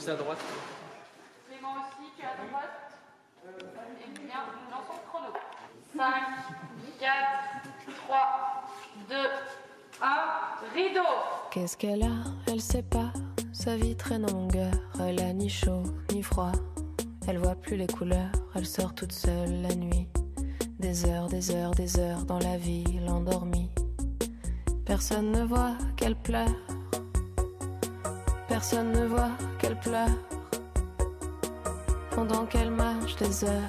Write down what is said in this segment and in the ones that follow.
c'est à droite. Clément aussi, tu es à droite. Et bien, nous lançons le chrono. 5, 4, 3, 2, 1, rideau. Qu'est-ce qu'elle a? Elle sait pas. Sa vie traîne en longueur. Elle a ni chaud ni froid. Elle voit plus les couleurs. Elle sort toute seule la nuit. Des heures, des heures, des heures dans la ville endormie. Personne ne voit qu'elle pleure. Personne ne voit qu'elle pleure. Pendant qu'elle marche des heures.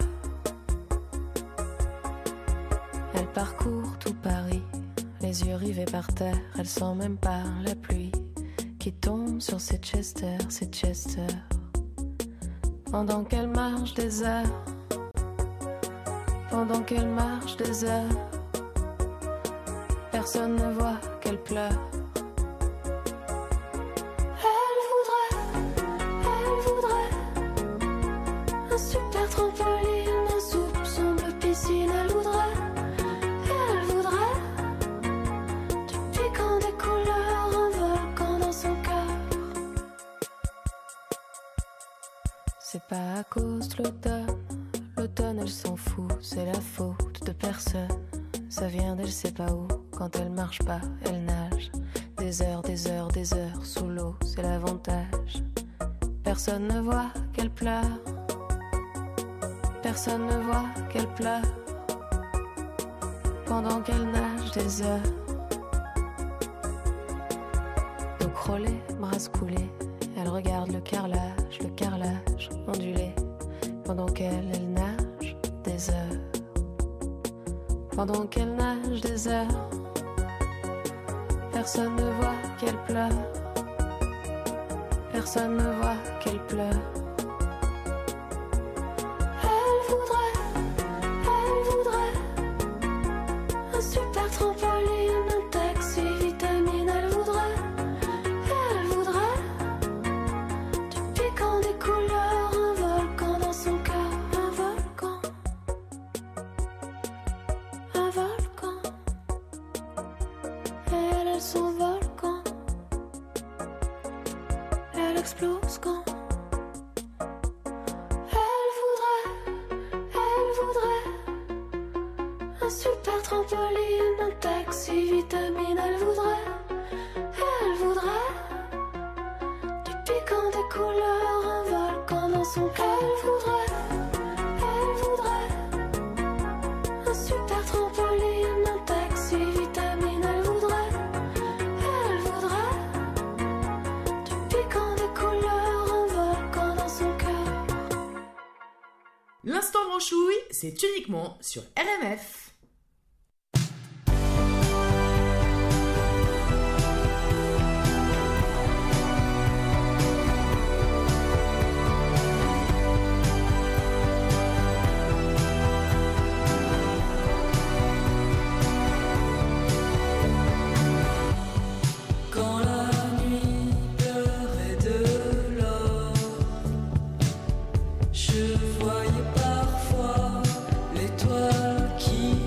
Elle parcourt tout Paris, les yeux rivés par terre. Elle sent même pas la pluie qui tombe sur ses Chester, ses Chester. Pendant qu'elle marche des heures. Pendant qu'elle marche des heures. Personne ne voit qu'elle pleure. Elle voudrait un super trampoline, un soupçon de piscine. Elle voudrait du piquant, des couleurs, un volcan dans son cœur. C'est pas à cause de l'automne elle s'en fout, c'est la faute de personne. Ça vient d'elle sait pas où, quand elle marche pas, elle nage. Des heures, des heures, des heures sous l'eau, c'est l'avantage. Personne ne voit qu'elle pleure. Personne ne voit qu'elle pleure. Pendant qu'elle nage des heures. Dos crôlé, bras coulés, elle regarde le carrelage ondulé. Pendant qu'elle nage des heures. Pendant qu'elle nage des heures. Personne ne voit qu'elle pleure. Personne ne voit qu'elle pleure. Elle voudrait un super trampoline, un taxi, vitamine. Elle voudrait du piquant, des couleurs, un volcan dans son cœur. Un volcan. Un volcan. Elle a son volcan. Elle explose quand elle voudrait un super trampoline, un taxi, vitamine. Elle voudrait du piquant, des couleurs, un volcan dans son cœur. Elle voudrait un super trampoline, un taxi, vitamine. Elle voudrait du piquant, des couleurs, un volcan dans son cœur. L'instant branchouille, c'est uniquement sur RMF. Quand la nuit pleurait de l'or, je voyais parfois l'étoile qui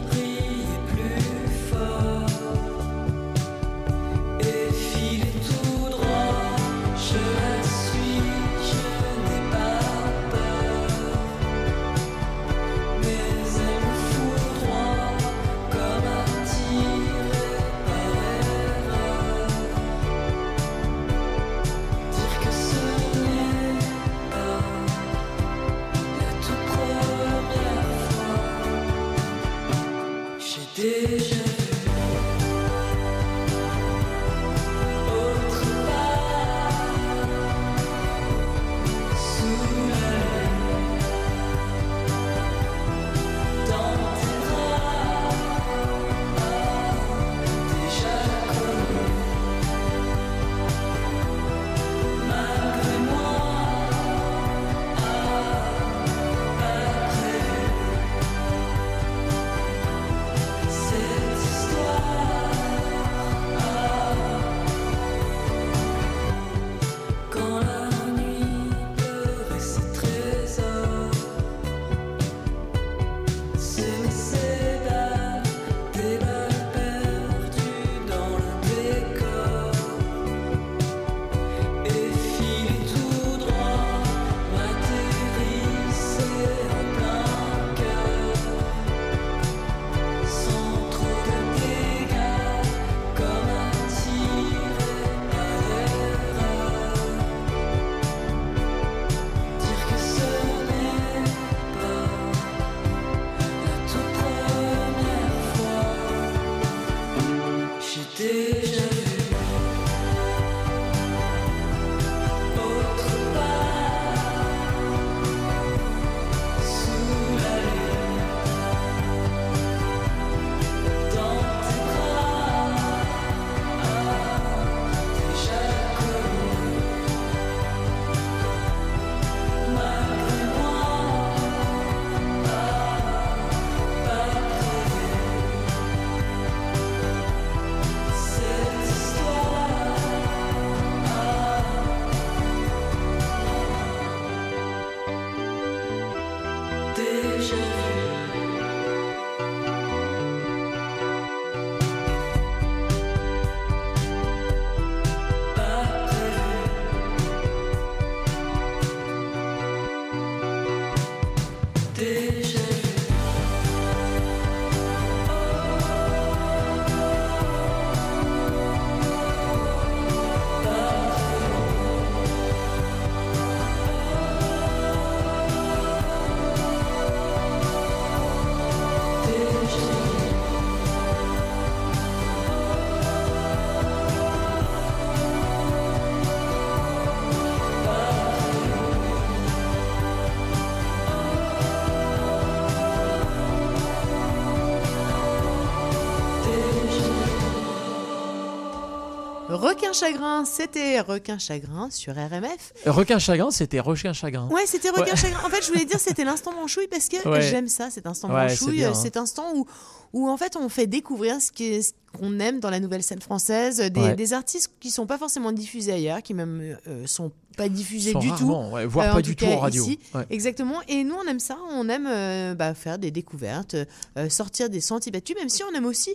Requin Chagrin, c'était Requin Chagrin sur RMF. Requin Chagrin, c'était Requin Chagrin. Ouais, c'était Requin Chagrin. En fait, je voulais dire c'était l'instant manchouille parce que j'aime ça, cet instant manchouille, cet instant où en fait on fait découvrir ce qu'on aime dans la nouvelle scène française, des artistes qui sont pas forcément diffusés ailleurs, qui même sont pas diffusés du rarement, tout, voire pas du tout en radio. Ici. Ouais. Exactement. Et nous on aime ça, on aime faire des découvertes, sortir des sentiers battus, même si on aime aussi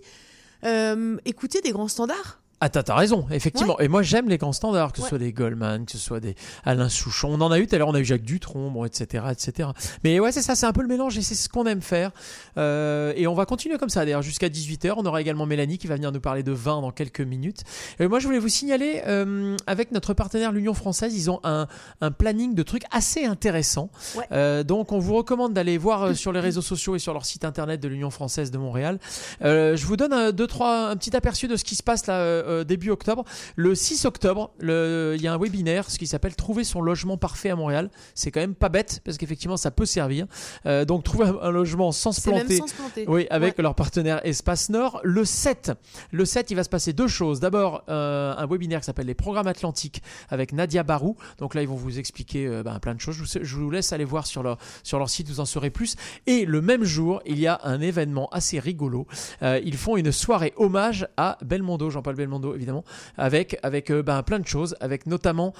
écouter des grands standards. Ah, t'as raison, effectivement. Ouais. Et moi, j'aime les grands standards, que ce soit des Goldman, que ce soit des Alain Souchon. On en a eu tout à l'heure, on a eu Jacques Dutronc, bon, etc., etc. Mais ouais, c'est ça, c'est un peu le mélange et c'est ce qu'on aime faire. Et on va continuer comme ça, d'ailleurs, jusqu'à 18h. On aura également Mélanie qui va venir nous parler de vin dans quelques minutes. Moi, je voulais vous signaler, avec notre partenaire l'Union Française, ils ont un planning de trucs assez intéressant. Ouais. Donc, on vous recommande d'aller voir sur les réseaux sociaux et sur leur site internet de l'Union Française de Montréal. Je vous donne un petit aperçu de ce qui se passe là, début octobre. Le 6 octobre, il y a un webinaire, ce qui s'appelle Trouver son logement parfait à Montréal. C'est quand même pas bête parce qu'effectivement ça peut servir. Donc trouver un logement sans se planter. Même sans se planter. Oui, avec leur partenaire Espace Nord. Le 7, il va se passer deux choses. D'abord, un webinaire qui s'appelle Les Programmes Atlantiques avec Nadia Barou. Donc là, ils vont vous expliquer plein de choses. Je vous laisse aller voir sur leur site, vous en saurez plus. Et le même jour, il y a un événement assez rigolo. Ils font une soirée hommage à Belmondo, Jean-Paul Belmondo évidemment, avec plein de choses, avec notamment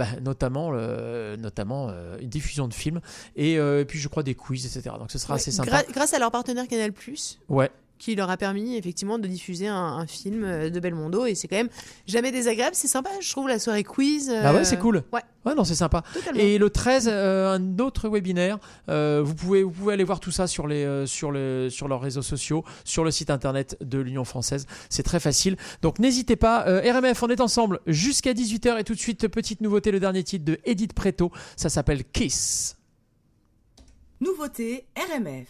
une diffusion de films et puis je crois des quiz, etc. Donc ce sera assez sympa. Grâce à leur partenaire Canal+. Ouais. Qui leur a permis effectivement de diffuser un film de Belmondo, et c'est quand même jamais désagréable, c'est sympa, je trouve, la soirée quiz. Bah ouais, c'est cool. Ouais, non, c'est sympa. Totalement. Et le 13, un autre webinaire. Vous pouvez aller voir tout ça sur leurs réseaux sociaux, sur le site internet de l'Union Française. C'est très facile. Donc n'hésitez pas. RMF, on est ensemble jusqu'à 18h et tout de suite, petite nouveauté, le dernier titre de Edith Preto. Ça s'appelle Kiss. Nouveauté RMF.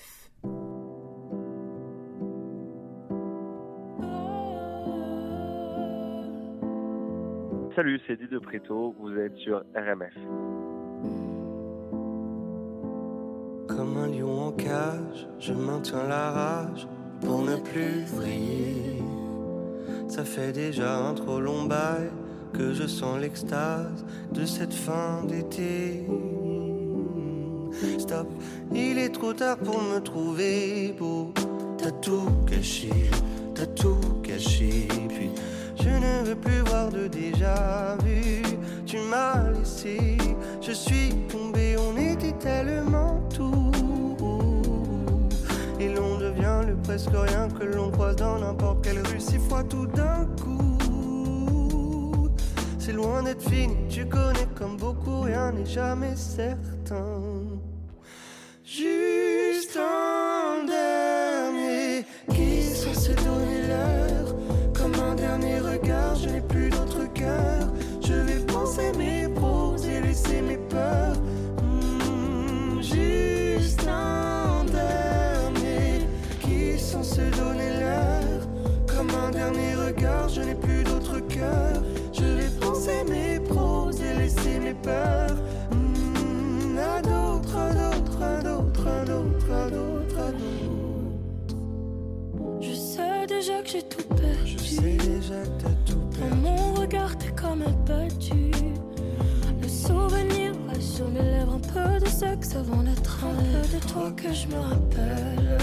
Salut, c'est Edith de Preto, vous êtes sur RMF. Comme un lion en cage, je maintiens la rage pour ne plus vriller. Ça fait déjà un trop long bail que je sens l'extase de cette fin d'été. Stop, il est trop tard pour me trouver beau. T'as tout caché, puis je ne veux plus voir de déjà vu. Tu m'as laissé, je suis tombé, on était tellement tout. Et l'on devient le presque rien que l'on croise dans n'importe quelle rue 6 fois tout d'un coup. C'est loin d'être fini, tu connais comme beaucoup, rien n'est jamais certain. Juste un dernier qui est censé donner l'heure. Comme un dernier regard, je n'ai plus d'autre cœur. Je vais penser mes pros et laisser mes peurs. Juste un dernier qui est censé donner l'heure. Comme un dernier regard, je n'ai plus d'autre de toi que je me rappelle.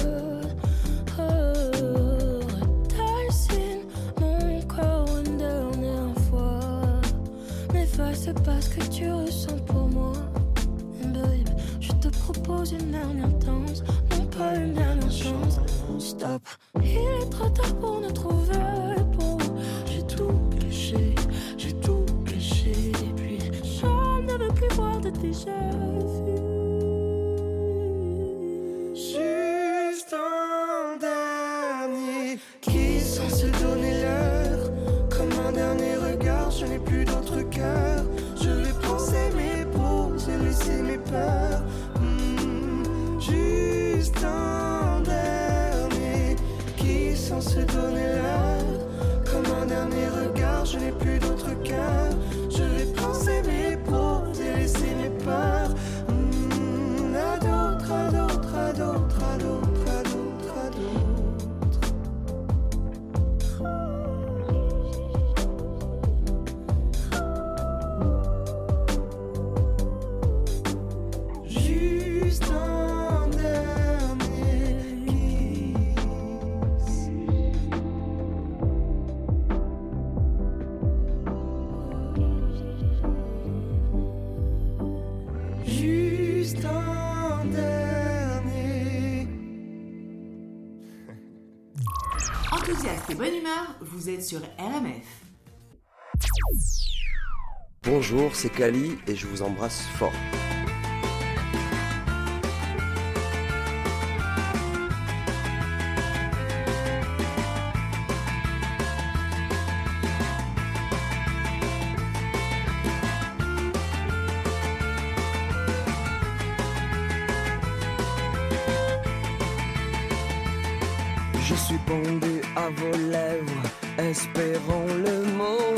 Redessine mon corps une dernière fois. N'efface pas ce que tu ressens pour moi. Babe, je te propose une dernière danse, non pas une dernière chance. Stop, il est trop tard pour nous trouver. Bon, j'ai tout gâché, et puis je ne veux plus voir de déjà vu. Juste un dernier qui est censé donner l'heure. Comme un dernier regard, je n'ai plus d'autre cœur. Je vais penser mes pauses et laisser mes peurs. Juste un dernier qui est censé donner l'heure. Comme un dernier regard, je n'ai plus d'autre cœur. Je vais penser mes pauses et laisser mes peurs. À d'autres, à d'autres, à d'autres, à d'autres, à d'autres, à d'autres. Juste un dernier kiss. Juste un dernier. Enthousiaste et bonne humeur, vous êtes sur RMF. Bonjour, c'est Kali et je vous embrasse fort. Je suis pendu à vos lèvres, espérons le mot,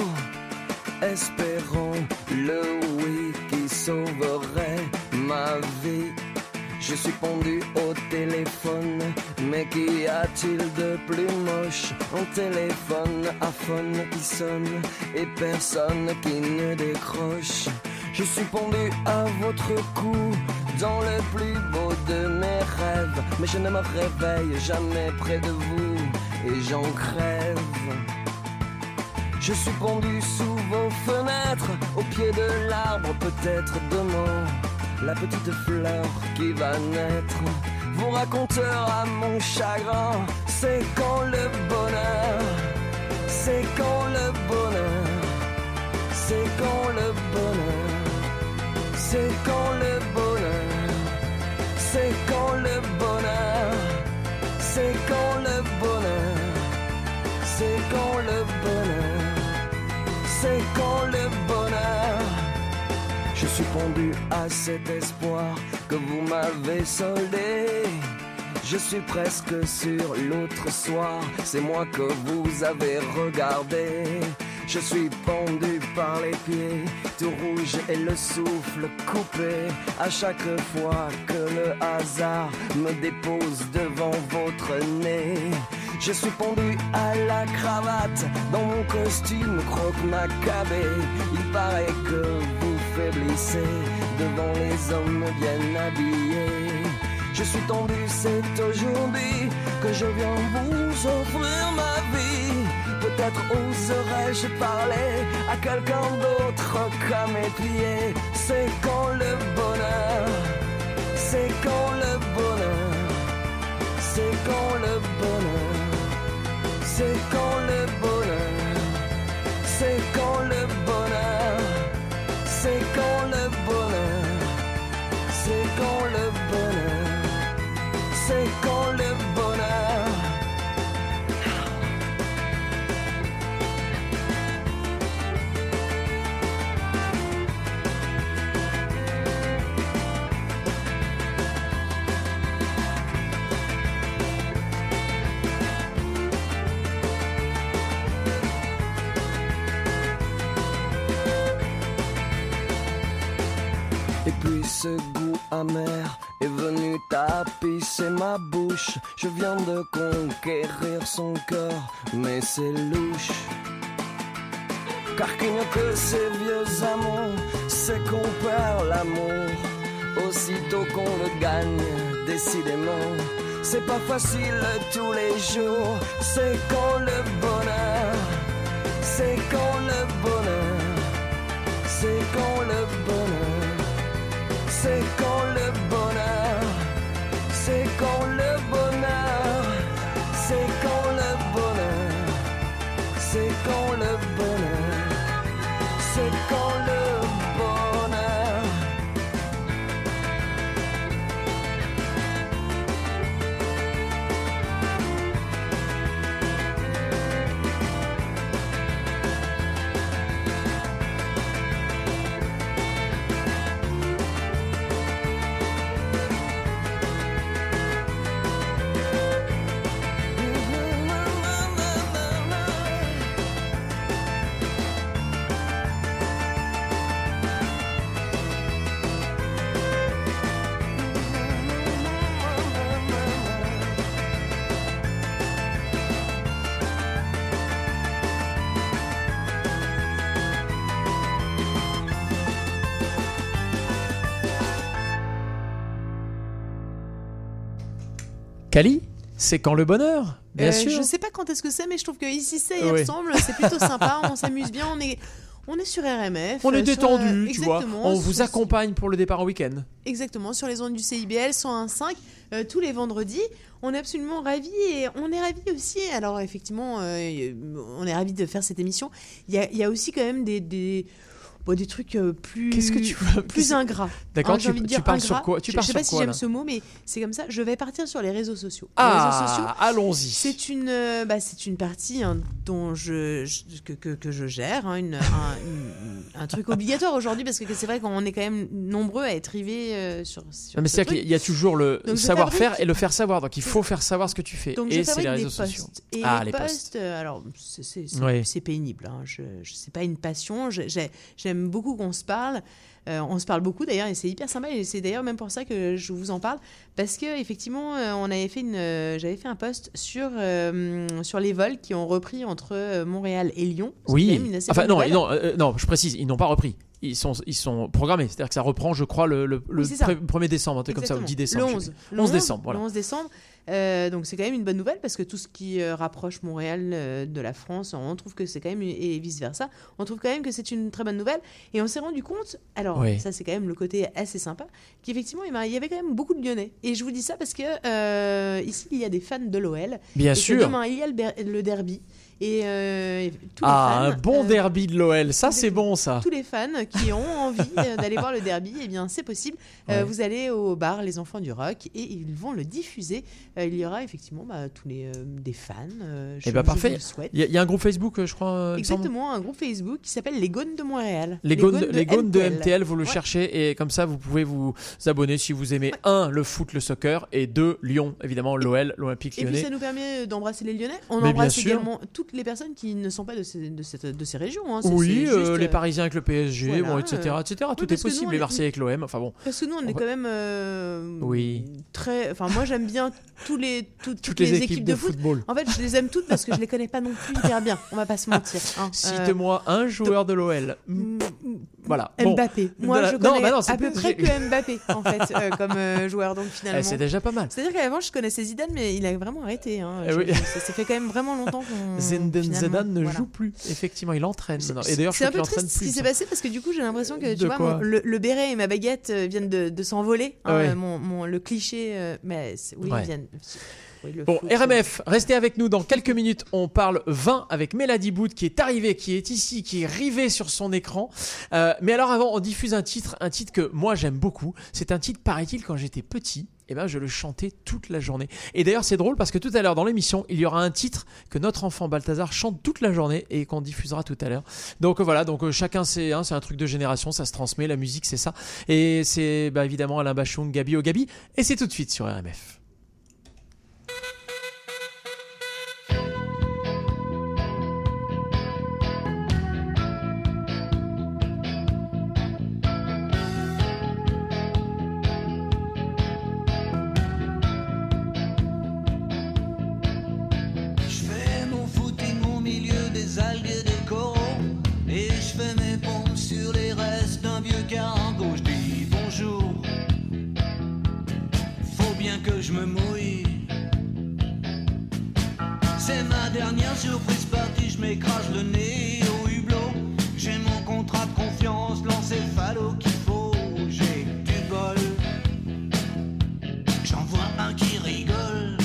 espérons le oui qui sauverait ma vie. Je suis pendu au téléphone, mais qu'y a-t-il de plus moche? Un téléphone à phone qui sonne et personne qui ne décroche. Je suis pendu à votre cou, dans le plus beau de mes rêves, mais je ne me réveille jamais près de vous et j'en crève. Je suis pendu sous vos fenêtres, au pied de l'arbre, peut-être demain, la petite fleur qui va naître vous racontera mon chagrin. C'est quand le bonheur, c'est quand le bonheur, c'est quand le bonheur, c'est quand le bonheur, c'est quand le bonheur, c'est quand le bonheur, c'est quand le bonheur, c'est quand le bonheur. Je suis pendu à cet espoir que vous m'avez soldé. Je suis presque sur l'autre soir, c'est moi que vous avez regardé. Je suis pendu par les pieds, tout rouge et le souffle coupé. À chaque fois que le hasard me dépose devant votre nez. Je suis pendu à la cravate, dans mon costume croque-macabé. Il paraît que vous faiblissez devant les hommes bien habillés. Je suis tendu, c'est aujourd'hui que je viens vous offrir ma vie. Peut-être oserais-je parler à quelqu'un d'autre qu'à mes pieds. C'est quand le bonheur, c'est quand le bonheur, c'est quand le bonheur, c'est quand le bonheur, c'est quand le bonheur, c'est quand le bonheur, c'est quand le bonheur, c'est quand le bonheur. Et puis ce goût amer est venu tapisser ma bouche. Je viens de conquérir son cœur, mais c'est louche. Car qu'il n'y a que ces vieux amants, c'est qu'on perd l'amour aussitôt qu'on le gagne. Décidément, c'est pas facile tous les jours. C'est quand le bonheur, c'est quand le bonheur, c'est quand le bonheur, c'est quand le bonheur, c'est quand le bonheur, c'est quand le bonheur, c'est quand le bonheur, c'est quand le bonheur. Cali, c'est quand le bonheur, bien sûr. Je sais pas quand est-ce que c'est, mais je trouve que ici ça y ressemble. C'est plutôt sympa, on s'amuse bien, on est sur RMF. On est détendu, tu vois. On vous accompagne pour le départ en week-end. Exactement, sur les ondes du CIBL 101.5 tous les vendredis. On est absolument ravis et on est ravis aussi. Alors effectivement, on est ravis de faire cette émission. Il y a aussi quand même des trucs plus, qu'est-ce que tu veux plus ingrats. D'accord, tu parles sur quoi? Je sais pas si j'aime ce mot, mais c'est comme ça. Je vais partir sur les réseaux sociaux. Les réseaux sociaux, allons-y. C'est une partie dont que je gère, un truc obligatoire aujourd'hui, parce que c'est vrai qu'on est quand même nombreux à être rivés sur mais c'est qu'il y a toujours le savoir-faire et le faire savoir. Donc il faut faire savoir ce que tu fais. Donc et c'est les réseaux sociaux. Et les posts, alors c'est pénible. Je sais pas une passion. J'aime beaucoup qu'on se parle. On se parle beaucoup d'ailleurs et c'est hyper sympa et c'est d'ailleurs même pour ça que je vous en parle parce que effectivement j'avais fait un post sur les vols qui ont repris entre Montréal et Lyon. Oui. Non, je précise, ils n'ont pas repris. Ils sont programmés, c'est-à-dire que ça reprend, je crois, le 1er décembre, un truc comme ça, ou le 10 décembre. Le 11 décembre, voilà. Le 11 décembre. Donc c'est quand même une bonne nouvelle parce que tout ce qui rapproche Montréal de la France, on trouve que c'est quand même, et vice-versa, on trouve quand même que c'est une très bonne nouvelle. Et on s'est rendu compte, alors ça c'est quand même le côté assez sympa, qu'effectivement il y avait quand même beaucoup de Lyonnais. Et je vous dis ça parce que ici il y a des fans de l'OL. Bien sûr. Demain il y a le derby. Et tous les fans, un bon derby de l'OL, ça c'est bon ça. Tous les fans qui ont envie d'aller voir le derby, eh bien c'est possible. Vous allez au bar Les Enfants du Rock et ils vont le diffuser. Il y aura effectivement tous des fans. Parfait. Il y a un groupe Facebook, je crois. Exactement, un groupe Facebook qui s'appelle Les Gaunes de Montréal. Les Gaunes de MTL, vous le cherchez et comme ça vous pouvez vous abonner si vous aimez 1 le foot, le soccer et 2 Lyon, évidemment l'OL, l'Olympique Lyonnais. Et puis ça nous permet d'embrasser les Lyonnais. On embrasse également toutes les personnes qui ne sont pas de ces régions. Oui, les Parisiens avec le PSG, etc. Tout est possible. Les Marseillais avec l'OM. Enfin bon. Parce que nous on est quand même très. Enfin moi j'aime bien toutes les équipes de football. En fait je les aime toutes parce que je les connais pas non plus hyper bien. On va pas se mentir. Cite-moi un joueur de l'OL. Voilà. Mbappé. Moi je connais à peu près que Mbappé en fait comme joueur donc finalement. C'est déjà pas mal. C'est-à-dire qu'avant je connaissais Zidane mais il a vraiment arrêté. Ça fait quand même vraiment longtemps qu'on. Zidane ne joue plus. Effectivement, il entraîne. Et d'ailleurs, c'est un peu triste ce qui s'est passé parce que du coup, j'ai l'impression que tu vois, le béret et ma baguette viennent de s'envoler. Le cliché, mais ils viennent. Bon, RMF, restez avec nous dans quelques minutes. On parle vin avec Mélodie Boud qui est arrivée, qui est ici, qui est rivée sur son écran. Mais alors avant, on diffuse un titre que moi j'aime beaucoup. C'est un titre, paraît-il, quand j'étais petit. Je le chantais toute la journée. Et d'ailleurs, c'est drôle parce que tout à l'heure dans l'émission, il y aura un titre que notre enfant Balthazar chante toute la journée et qu'on diffusera tout à l'heure. Donc voilà, chacun c'est un truc de génération, ça se transmet, la musique c'est ça. Et c'est évidemment Alain Bachung, Gabi au Gabi. Et c'est tout de suite sur RMF. surprise partie, je m'écrase le nez au hublot. J'ai mon contrat de confiance, l'encéphalo qu'il faut. J'ai du bol, j'en vois un qui rigole.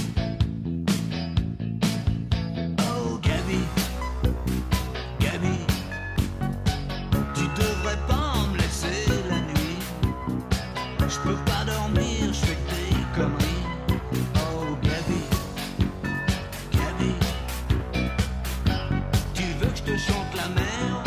Oh Gabi, Gabi, tu devrais pas me laisser la nuit. Je peux pas dormir, je fais que des conneries. Oh Gabi, Gabi, tu veux que je te chante la mer?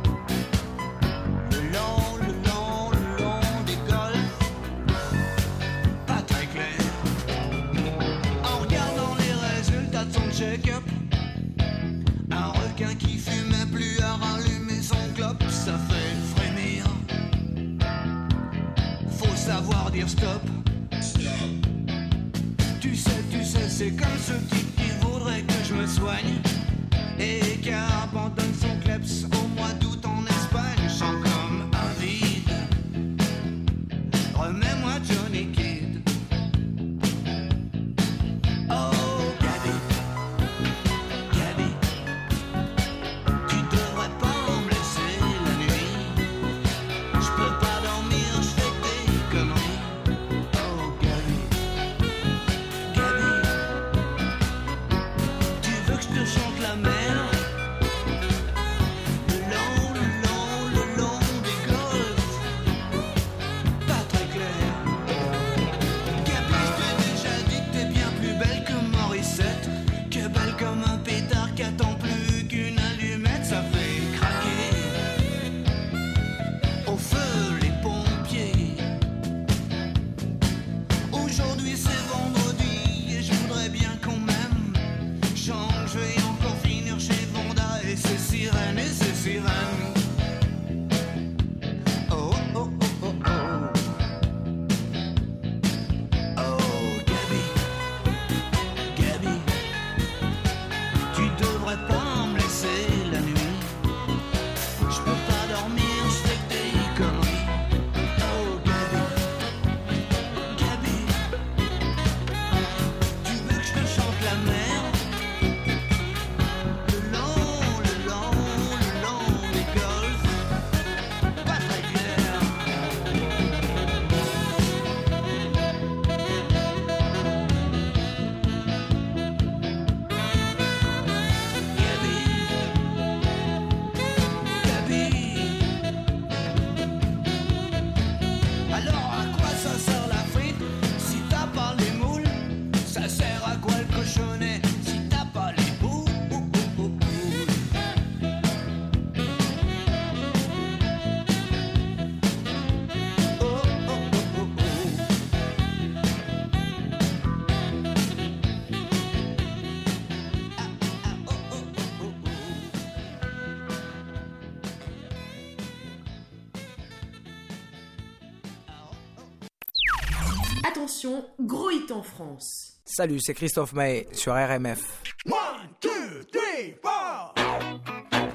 Le long des golfs, pas très clair. En regardant les résultats de son check-up, un requin qui fumait plus à rallumer son clope, ça fait frémir. Faut savoir dire stop. Tu sais, c'est comme ce type qui voudrait que je me soigne et qui abandonne son kleps au mois d'août en Espagne. Je sens comme un vide. Remets-moi Johnny Kidd. Oh Gabi, Gabi, tu devrais pas me laisser la nuit. Je peux pas dormir, je fais des conneries. Oh Gabi, Gabi, tu veux que je te chante la mer? Le long des golfs, pas très clair. Gabi, je t'ai déjà dit que t'es bien plus belle que Morissette, que belle comme un pétard qui attend plus qu'une allumette. Ça fait craquer au feu les pompiers. Aujourd'hui c'est vendredi et je voudrais bien qu'on m'aime. Chante, je vais encore finir chez Vonda et ses sirènes et ses sirènes. Oh oh oh oh oh. Oh Gabi, Gabi, tu devrais pas me laisser la nuit. Je peux pas dormir, je fais que des conneries. Oh Gabi, Gabi, tu veux que je te chante la mer? Le long des golfs, pas très clair. Gabi, Gabi, alors à quoi ça sert la frite si t'as pas les moules? Ça sert à quoi le cochonnet si t'as pas les boules? Oh oh oh oh oh. Attention, gros hit en France. Salut, c'est Christophe Maé sur RMF. 1, 2, 3, 4.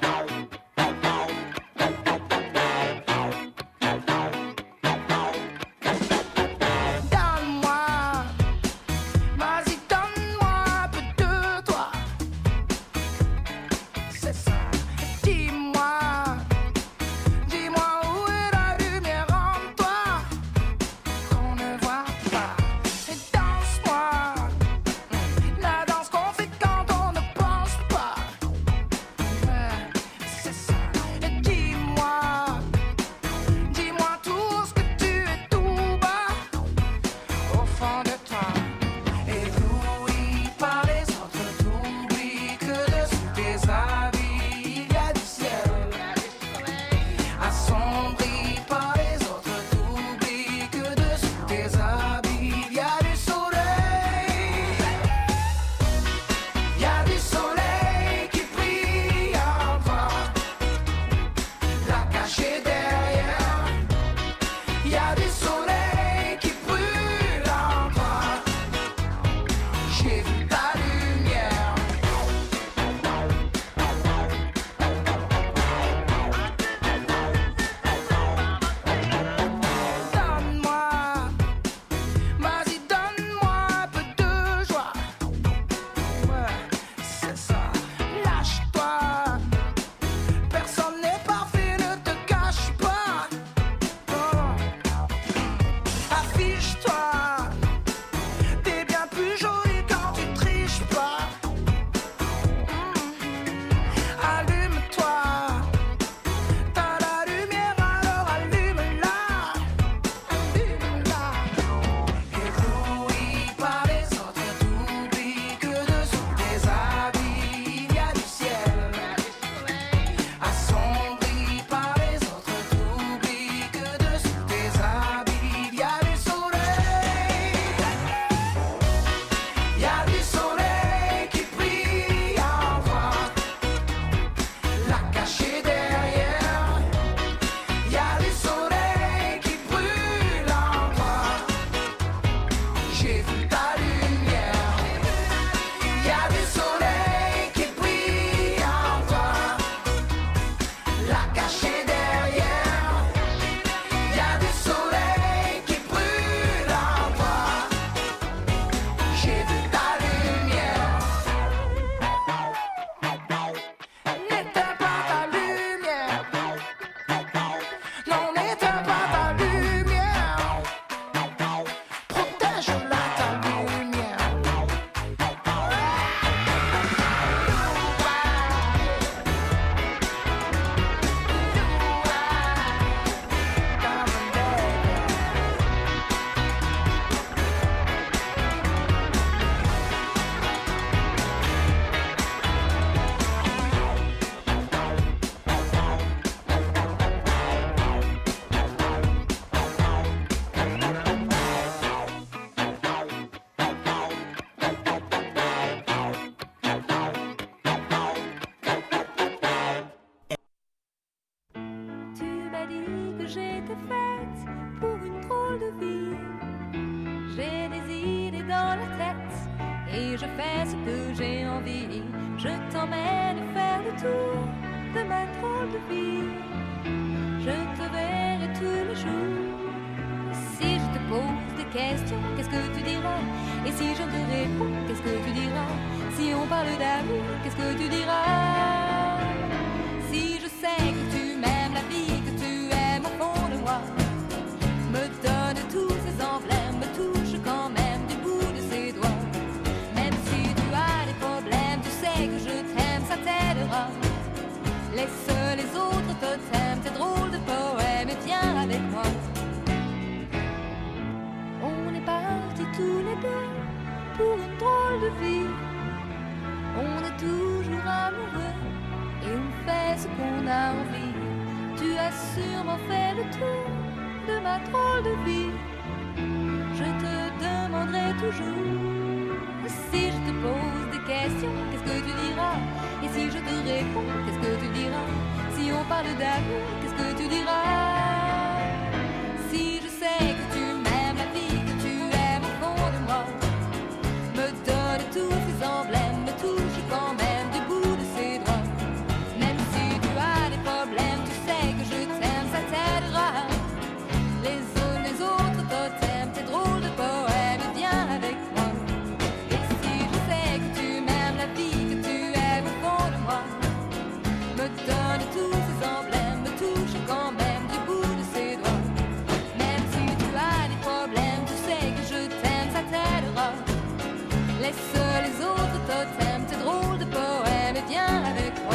Donne-moi, vas-y donne-moi un peu de toi. C'est ça, dis-moi où est la lumière en toi qu'on ne voit pas. Et danse-moi la danse qu'on fait quand on ne pense pas. que j'étais faite pour une drôle de vie. J'ai des idées dans la tête et je fais ce que j'ai envie. Je t'emmène faire le tour de ma drôle de vie. Je te verrai tous les jours. Si je te pose des questions, qu'est-ce que tu diras? Et si je te réponds, qu'est-ce que tu diras? Si on parle d'amour, qu'est-ce que tu diras? Si je sais que tu m'aimes la vie, que tu aimes au fond de moi, me donne tous ces emblèmes, me touche quand même du bout de ses doigts. Même si tu as des problèmes, tu sais que je t'aime, ça t'aidera. Laisse les autres totems, tes drôles de poèmes, et viens avec moi. On est partis tous les deux pour une drôle de vie. On est toujours amoureux et on fait ce qu'on a envie. Tu as sûrement fait le tour de ma drôle de vie. Je te demanderai toujours. Si je te pose des questions, qu'est-ce que tu diras? Et si je te réponds, qu'est-ce que tu diras? Si on parle d'amour, qu'est-ce que tu diras? Si je sais que tu m'aimes la vie, que tu aimes au fond de moi, me donne tous ces emblèmes, me touche quand même du bout de ses doigts. Même si tu as des problèmes, tu sais que je t'aime, ça t'aidera. Les autres totems, tes drôles de poèmes, viens avec moi. Et si je sais que tu m'aimes la vie, que tu aimes au fond de moi, me donne tous ces emblèmes, me touche quand même du bout de ses doigts. Même si tu as des problèmes, tu sais que je t'aime, ça t'aidera. Laisse les autres totems, tes drôles de poèmes, et viens avec moi.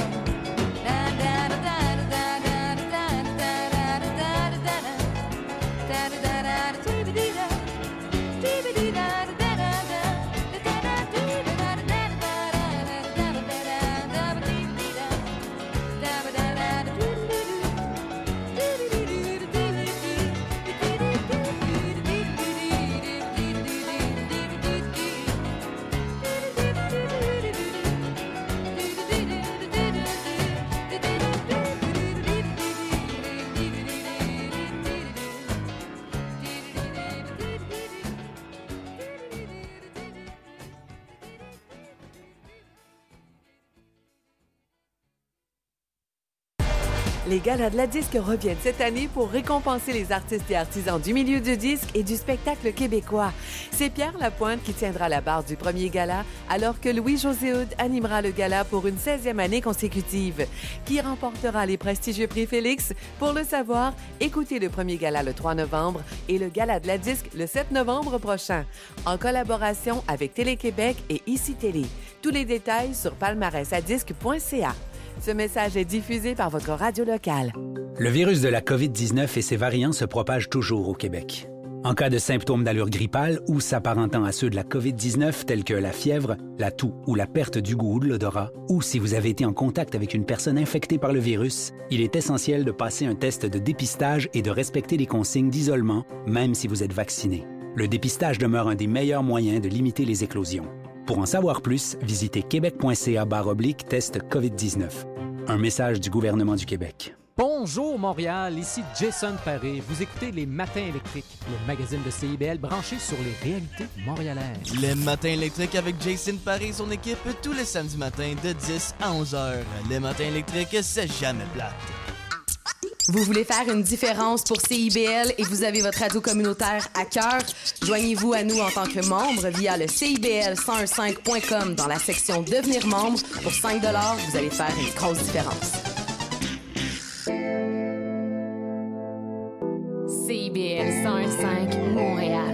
Les galas de la disque reviennent cette année pour récompenser les artistes et artisans du milieu du disque et du spectacle québécois. C'est Pierre Lapointe qui tiendra la barre du premier gala, alors que Louis-José Hood animera le gala pour une 16e année consécutive. Qui remportera les prestigieux prix Félix? Pour le savoir, écoutez le premier gala le 3 novembre et le gala de la disque le 7 novembre prochain, en collaboration avec Télé-Québec et ICI Télé. Tous les détails sur palmarèsadisque.ca. Ce message est diffusé par votre radio locale. Le virus de la COVID-19 et ses variants se propagent toujours au Québec. En cas de symptômes d'allure grippale ou s'apparentant à ceux de la COVID-19 tels que la fièvre, la toux ou la perte du goût ou de l'odorat, ou si vous avez été en contact avec une personne infectée par le virus, il est essentiel de passer un test de dépistage et de respecter les consignes d'isolement, même si vous êtes vacciné. Le dépistage demeure un des meilleurs moyens de limiter les éclosions. Pour en savoir plus, visitez québec.ca/test COVID-19. Un message du gouvernement du Québec. Bonjour Montréal, ici Jason Paré. Vous écoutez Les Matins électriques, le magazine de CIBL branché sur les réalités montréalaises. Les Matins électriques avec Jason Paré et son équipe tous les samedis matins de 10 à 11 heures. Les Matins électriques, c'est jamais plate. Vous voulez faire une différence pour CIBL et vous avez votre radio communautaire à cœur? Joignez-vous à nous en tant que membre via le CIBL1015.com dans la section Devenir membre. Pour 5 $, vous allez faire une grosse différence. CIBL 101.5 Montréal.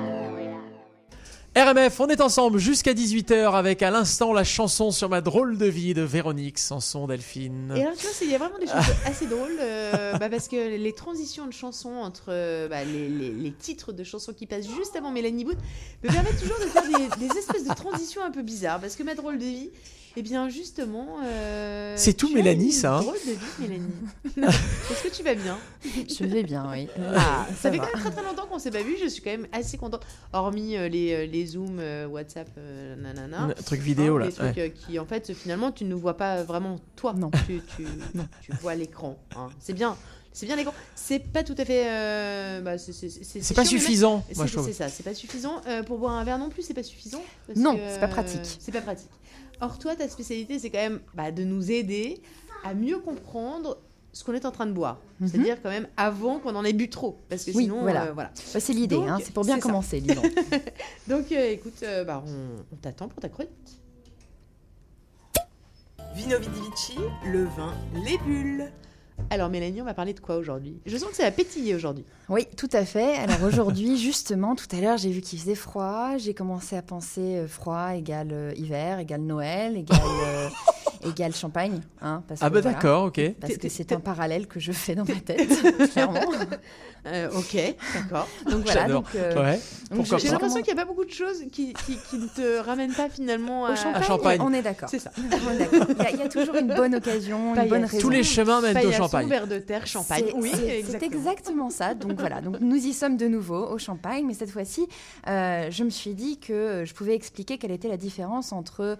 RMF, on est ensemble jusqu'à 18h avec à l'instant la chanson sur ma drôle de vie de Véronique Sanson Delphine. Et alors tu vois, il y a vraiment des choses assez drôles parce que les transitions de chansons entre les titres de chansons qui passent juste avant Mélanie Boone me permettent toujours de faire des espèces de transitions un peu bizarres parce que ma drôle de vie, eh bien justement... c'est tout Mélanie ça hein. Drôle de vie Mélanie. Est-ce que tu vas bien? Je vais bien, oui. Ça fait quand même très très longtemps qu'on s'est pas vu, je suis quand même assez contente, hormis les Zooms, WhatsApp, nanana. Un truc vidéo là. Des trucs qui en fait finalement tu ne vois pas vraiment toi. Non. Tu vois l'écran. Hein. C'est bien. C'est bien élégant. C'est pas tout à fait. C'est pas suffisant. Moi, je trouve. C'est ça. C'est pas suffisant. Pour boire un verre non plus, c'est pas suffisant. Non, c'est pas pratique. C'est pas pratique. Or, toi, ta spécialité, c'est quand même de nous aider à mieux comprendre ce qu'on est en train de boire. C'est-à-dire quand même avant qu'on en ait bu trop. Parce que sinon, voilà. C'est l'idée, c'est pour bien commencer, disons. Donc, écoute, on t'attend pour ta chronique. Vino Vidi Vici, le vin, les bulles. Alors Mélanie, on va parler de quoi aujourd'hui ? Je sens que ça va pétiller aujourd'hui. Oui, tout à fait. Alors aujourd'hui, justement, tout à l'heure, j'ai vu qu'il faisait froid. J'ai commencé à penser froid égale hiver, égale Noël, égale champagne. Parce que, d'accord, ok. Parce que c'est un parallèle que je fais dans ma tête, clairement. Ok, d'accord. Donc voilà. J'adore. Donc, j'ai l'impression qu'il n'y a pas beaucoup de choses qui ne te ramènent pas finalement au champagne. On est d'accord. C'est ça. On est d'accord. Il y a toujours une bonne occasion, une bonne raison. Tous les chemins mènent au champagne. Verre de terre, champagne. C'est exactement ça. Donc voilà. Donc nous y sommes de nouveau au champagne, mais cette fois-ci, je me suis dit que je pouvais expliquer quelle était la différence entre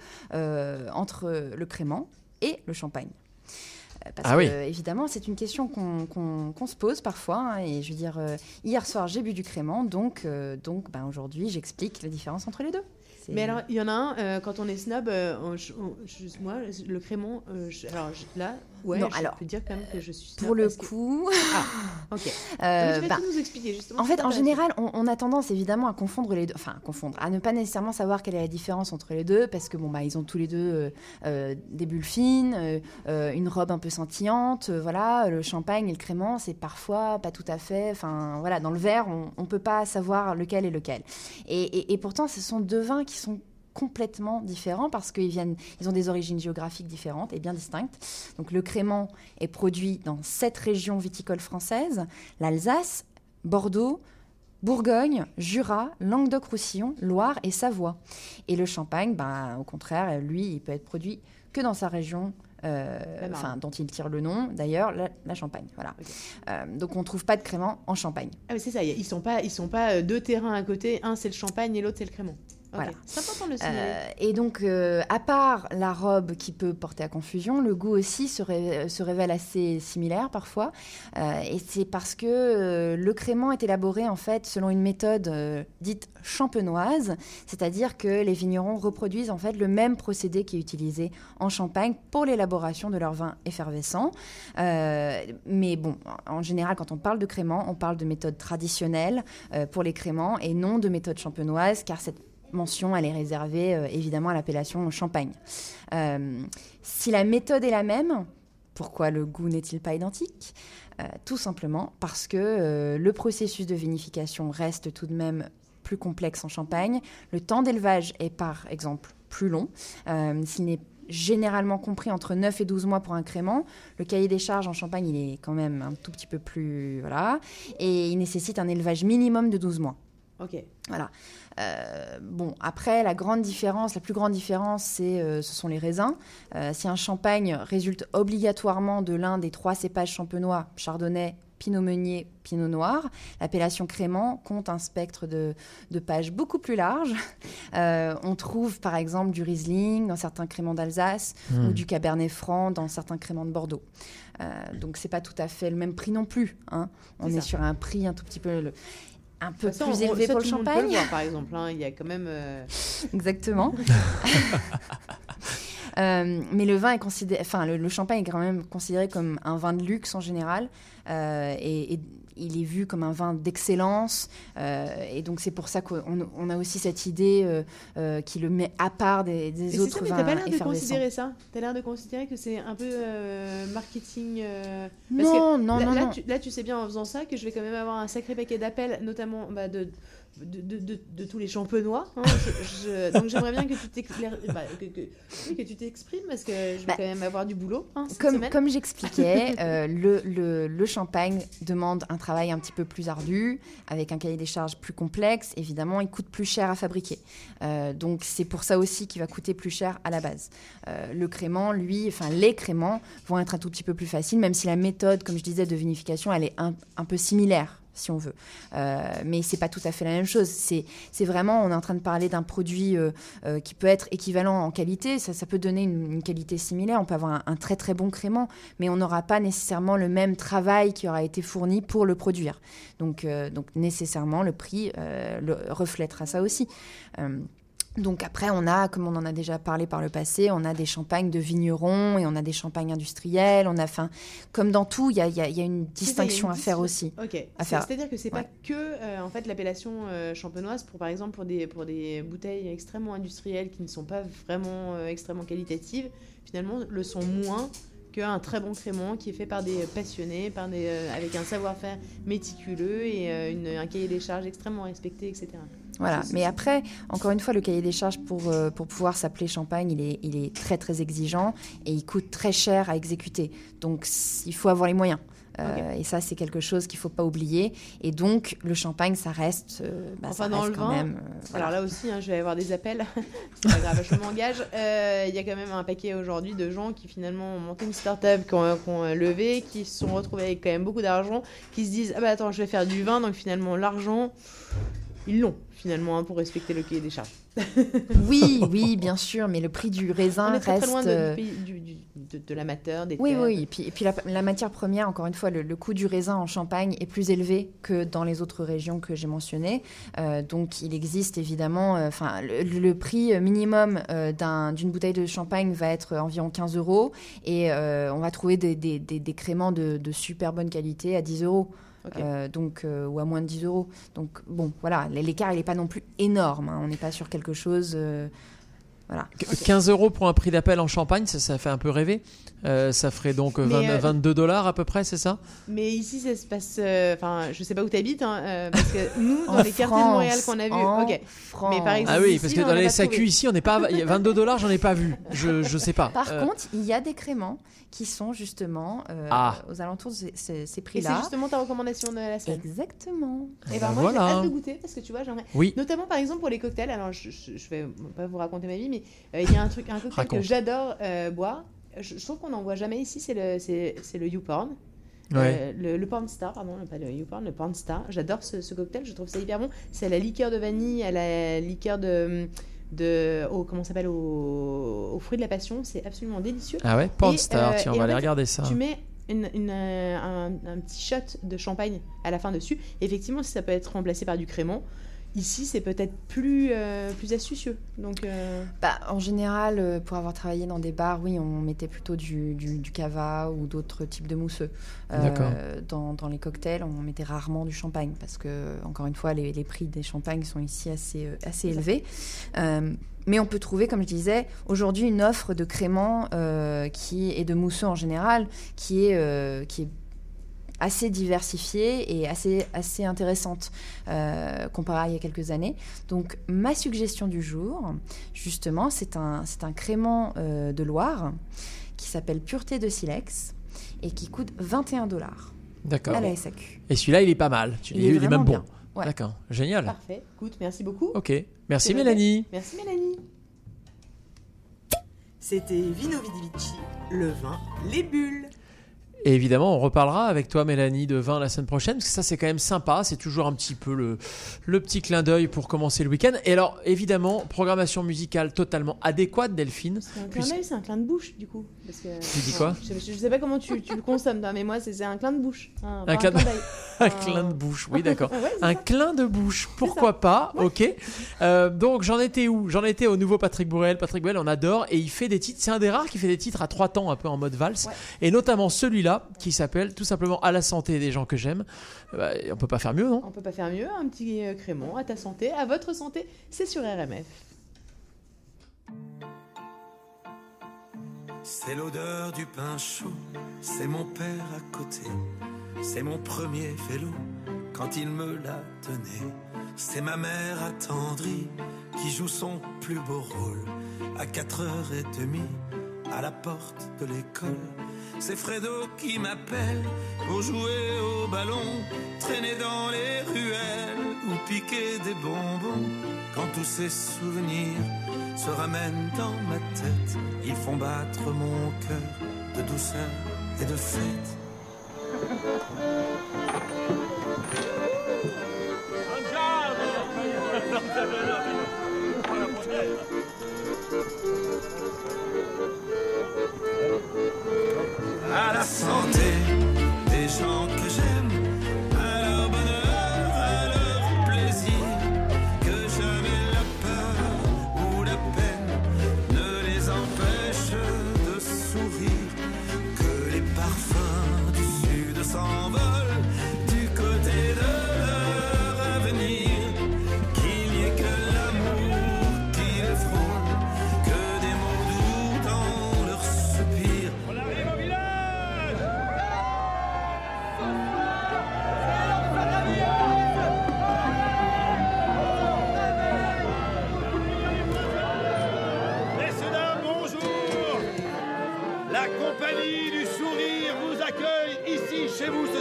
le crément et le champagne. Parce que, évidemment, c'est une question qu'on se pose parfois. Et je veux dire, hier soir, j'ai bu du crément, donc aujourd'hui, j'explique la différence entre les deux. Mais alors, il y en a un, quand on est snob, moi, le crément, là, je peux dire quand même que je suis snob. Pour le coup... Ah, ok. Donc, tu vas tout nous expliquer, justement. En fait, en général, on a tendance, évidemment, à confondre les deux. Enfin, à ne pas nécessairement savoir quelle est la différence entre les deux, parce que, ils ont tous les deux des bulles fines, une robe un peu scintillante, voilà. Le champagne et le crément, c'est parfois pas tout à fait... Enfin, voilà, dans le verre, on peut pas savoir lequel est lequel. Et pourtant, ce sont deux vins qui sont complètement différents parce qu'ils ont des origines géographiques différentes et bien distinctes. Donc le crément est produit dans 7 régions viticoles françaises, l'Alsace, Bordeaux, Bourgogne, Jura, Languedoc-Roussillon, Loire et Savoie. Et le champagne, au contraire, lui, il peut être produit que dans sa région dont il tire le nom, d'ailleurs, la Champagne. Voilà. Okay. Donc, on ne trouve pas de crément en Champagne. Ah, mais c'est ça, ils sont pas deux terrains à côté, un c'est le Champagne et l'autre c'est le crément. Okay. Voilà. C'est important de le signaler. Et donc, à part la robe qui peut porter à confusion, le goût aussi se révèle assez similaire parfois. Et c'est parce que le crément est élaboré en fait selon une méthode dite champenoise, c'est-à-dire que les vignerons reproduisent en fait le même procédé qui est utilisé en Champagne pour l'élaboration de leurs vins effervescents. Mais bon, en général, quand on parle de crément, on parle de méthode traditionnelle pour les créments et non de méthode champenoise, car cette mention, elle est réservée évidemment à l'appellation Champagne. Si la méthode est la même, pourquoi le goût n'est-il pas identique ? Tout simplement parce que le processus de vinification reste tout de même plus complexe en Champagne. Le temps d'élevage est par exemple plus long. S'il n'est généralement compris entre 9 et 12 mois pour un crément, le cahier des charges en Champagne, il est quand même un tout petit peu plus... Voilà. Et il nécessite un élevage minimum de 12 mois. Ok. Voilà. Après, la plus grande différence, ce sont les raisins. Si un champagne résulte obligatoirement de l'un des 3 cépages champenois, chardonnay, pinot meunier, pinot noir, l'appellation crément compte un spectre de pages beaucoup plus large. On trouve par exemple du Riesling dans certains créments d'Alsace ou du Cabernet Franc dans certains créments de Bordeaux. Donc, c'est pas tout à fait le même prix non plus. On est sur un prix un tout petit peu... un peu plus élevé pour le champagne. On peut le voir, par exemple. Il y a quand même... Exactement. Mais le vin est considéré... le champagne est quand même considéré comme un vin de luxe en général. Et il est vu comme un vin d'excellence. Et donc, c'est pour ça qu'on a aussi cette idée qui le met à part des autres vins effervescents. Mais t'as pas l'air de considérer ça ? T'as l'air de considérer que c'est un peu marketing... Non. Là, tu sais bien en faisant ça que je vais quand même avoir un sacré paquet d'appels, notamment de tous les champenois. Donc, j'aimerais bien que tu t'éclaires, que tu t'exprimes parce que je vais quand même avoir du boulot. Comme j'expliquais, le champagne demande un travail un petit peu plus ardu, avec un cahier des charges plus complexe. Évidemment, il coûte plus cher à fabriquer. Donc, c'est pour ça aussi qu'il va coûter plus cher à la base. Le crément, les créments vont être un tout petit peu plus faciles, même si la méthode, comme je disais, de vinification, elle est un peu similaire si on veut. Mais c'est pas tout à fait la même chose. C'est vraiment, on est en train de parler d'un produit qui peut être équivalent en qualité. Ça peut donner une qualité similaire. On peut avoir un très très bon crément, mais on n'aura pas nécessairement le même travail qui aura été fourni pour le produire. Donc nécessairement, le prix reflètera ça aussi. Donc après, on a, comme on en a déjà parlé par le passé, on a des champagnes de vignerons et on a des champagnes industriels. Comme dans tout, il y a une distinction à faire aussi. Ok. C'est-à-dire que c'est pas que en fait l'appellation champenoise par exemple pour des bouteilles extrêmement industrielles qui ne sont pas vraiment extrêmement qualitatives, finalement le sont moins qu'un très bon crément qui est fait par des passionnés, avec un savoir-faire méticuleux et un cahier des charges extrêmement respecté, etc. Voilà, mais après, encore une fois, le cahier des charges pour pouvoir s'appeler champagne, il est très très exigeant et il coûte très cher à exécuter. Donc il faut avoir les moyens. Et ça, c'est quelque chose qu'il ne faut pas oublier. Et donc, le champagne, ça reste, ça dans reste le quand vin, même... Alors là aussi, je vais avoir des appels. C'est pas grave, je m'engage. Il y a quand même un paquet aujourd'hui de gens qui finalement ont monté une start-up, qui ont levé, qui se sont retrouvés avec quand même beaucoup d'argent, qui se disent « Ah bah attends, je vais faire du vin ». Donc finalement, l'argent, ils l'ont finalement pour respecter le cahier des charges. Oui, bien sûr, mais le prix du raisin reste... On est très loin de l'amateur, des terres. Oui, et puis la matière première, encore une fois, le coût du raisin en Champagne est plus élevé que dans les autres régions que j'ai mentionnées. Donc, il existe évidemment... le prix minimum d'une bouteille de champagne va être environ 15 €. Et on va trouver des créments de super bonne qualité à 10 €. Okay. Ou à moins de 10 €. Donc, bon, voilà, l'écart, il n'est pas non plus énorme. Hein. On n'est pas sur quelque chose... voilà. 15 € pour un prix d'appel en Champagne, ça fait un peu rêver. Ça ferait donc 22 $ à peu près, c'est ça? Mais ici, ça se passe... je ne sais pas où tu habites, parce que nous, dans les quartiers de Montréal qu'on a vus... France. Mais par exemple, oui, parce que dans les SAQ ici, on n'est pas... 22 $, j'en ai pas vu. Je ne sais pas. Par contre, il y a des créments qui sont justement aux alentours de ces prix-là. Et c'est justement ta recommandation de la semaine. Exactement. Et moi, j'ai hâte de goûter, parce que tu vois, j'aimerais... Oui. Notamment, par exemple, pour les cocktails. Alors, je vais pas vous raconter ma vie, mais il y a un cocktail que j'adore boire. Je trouve qu'on n'en voit jamais ici, c'est le YouPorn. Ouais. Le Porn Star, pardon, pas le YouPorn, le Porn Star. J'adore ce cocktail, je trouve ça hyper bon. C'est à la liqueur de vanille, à la liqueur comment ça s'appelle, aux fruits de la passion. C'est absolument délicieux. Ah ouais, Porn Star, tiens, on va aller regarder ça. Tu mets un petit shot de champagne à la fin dessus. Et effectivement, si ça peut être remplacé par du crément, ici, c'est peut-être plus astucieux. Donc, en général, pour avoir travaillé dans des bars, oui, on mettait plutôt du cava ou d'autres types de mousseux. Dans les cocktails, on mettait rarement du champagne parce que, encore une fois, les prix des champagnes sont ici assez élevés. Mais on peut trouver, comme je disais, aujourd'hui une offre de créments et de mousseux en général qui est assez diversifiée et assez intéressante comparée à il y a quelques années. Donc, ma suggestion du jour, justement, c'est un crément de Loire qui s'appelle Pureté de Silex et qui coûte 21 $. D'accord. À la SAQ. Et celui-là, il est pas mal. Il est même bon. Ouais. D'accord, génial. Parfait. Écoute, merci beaucoup. Ok, merci Mélanie. Merci Mélanie. C'était Vino Vidi Vici, le vin, les bulles. Et évidemment, on reparlera avec toi, Mélanie, de vin la semaine prochaine, parce que ça, c'est quand même sympa. C'est toujours un petit peu le petit clin d'œil pour commencer le week-end. Et alors, évidemment, programmation musicale totalement adéquate, Delphine. C'est un clin d'œil, c'est un clin de bouche, du coup. Parce que, tu dis quoi? Je sais pas comment tu le consommes, mais moi, c'est un clin de bouche. Un clin d'œil. Un clin de bouche, oui, d'accord. Ouais, un clin de bouche, pourquoi pas, ouais. Ok. Donc, j'en étais où? J'en étais au nouveau Patrick Bruel. Patrick Bruel, on adore. Et il fait des titres. C'est un des rares qui fait des titres à 3 temps, un peu en mode valse. Ouais. Et notamment celui-là, qui s'appelle tout simplement À la santé des gens que j'aime. On peut pas faire mieux, non? On peut pas faire mieux. Un petit crément à ta santé, à votre santé. C'est sur RMF. C'est l'odeur du pain chaud, c'est mon père à côté, c'est mon premier vélo quand il me l'a donné. C'est ma mère attendrie qui joue son plus beau rôle à 4h30 à la porte de l'école. C'est Fredo qui m'appelle pour jouer au ballon, traîner dans les ruelles ou piquer des bonbons. Quand tous ces souvenirs se ramènent dans ma tête, ils font battre mon cœur de douceur et de fête.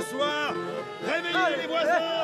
soir. Réveillez les voisins.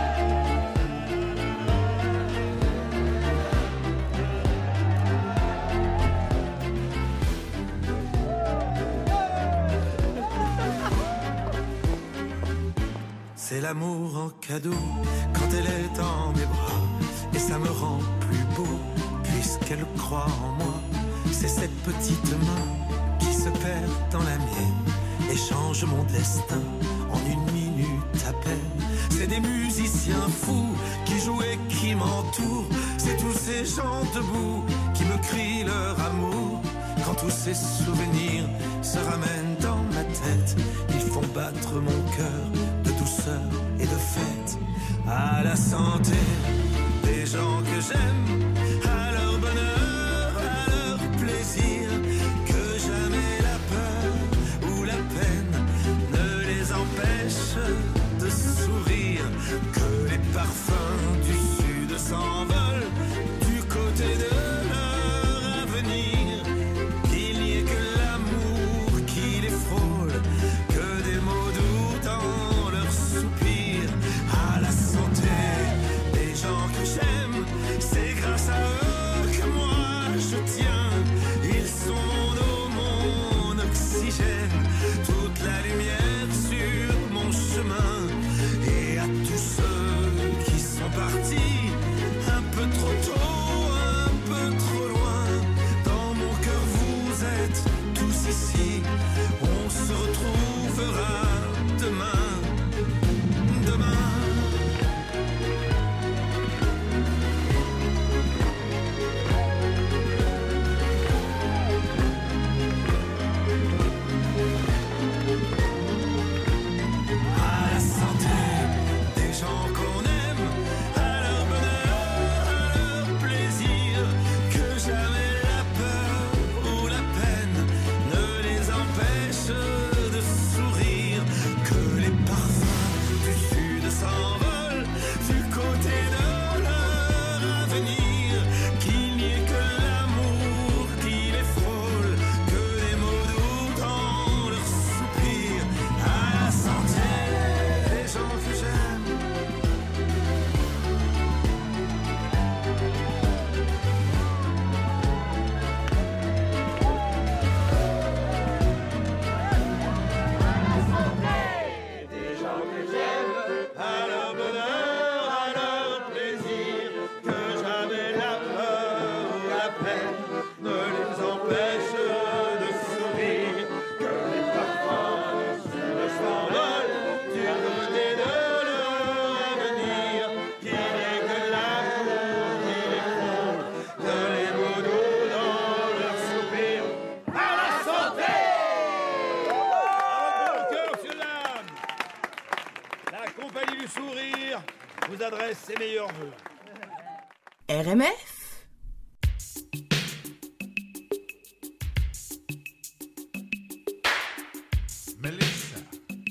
C'est l'amour en cadeau quand elle est en mes bras. Et ça me rend plus beau puisqu'elle croit en moi. C'est cette petite main qui se perd dans la mienne et change mon destin en une minute à peine. C'est des musiciens fous qui jouent et qui m'entourent. C'est tous ces gens debout qui me crient leur amour. Quand tous ces souvenirs se ramènent dans ma tête, ils font battre mon cœur de douceur et de fête. À la santé des gens que j'aime, à leur bonheur, à leur plaisir, que jamais la peur ou la peine ne les empêche de sourire, que les parfums du sud s'envolent du côté de leur avenir, qu'il n'y ait que l'amour qui les frôle, que des mots doux dans leurs soupirs. À la santé des gens que j'aime, c'est grâce à eux que moi je tiens. Ils sont mon eau, mon oxygène, toute la lumière sur mon chemin. Et à tous ceux qui sont partis un peu trop tôt, un peu trop loin, dans mon cœur vous êtes tous ici. On se retrouvera demain, demain. À la santé des gens qu'on aime, à leur bonheur, à leur plaisir, que jamais la peur ou la peine ne les empêche de sourire, que les parfums du sud s'envolent du côté de leur avenir, qu'il n'y ait que l'amour qui les frôle, que des mots doux dans leurs soupirs. À la santé des gens que j'aime. Des gens que j'aime, à leur bonheur, à leur plaisir, que jamais la peur ou la peine ne les empêche de sourire, que les parfums du sud s'envolent du côté de leur avenir, qu'il n'y ait que l'amour qui les frôle, que les mots doux dans leurs soupirs. À la santé! Au cœur sur l'âme. La compagnie du sourire vous adresse ses meilleurs vœux. RMF. Mélissa.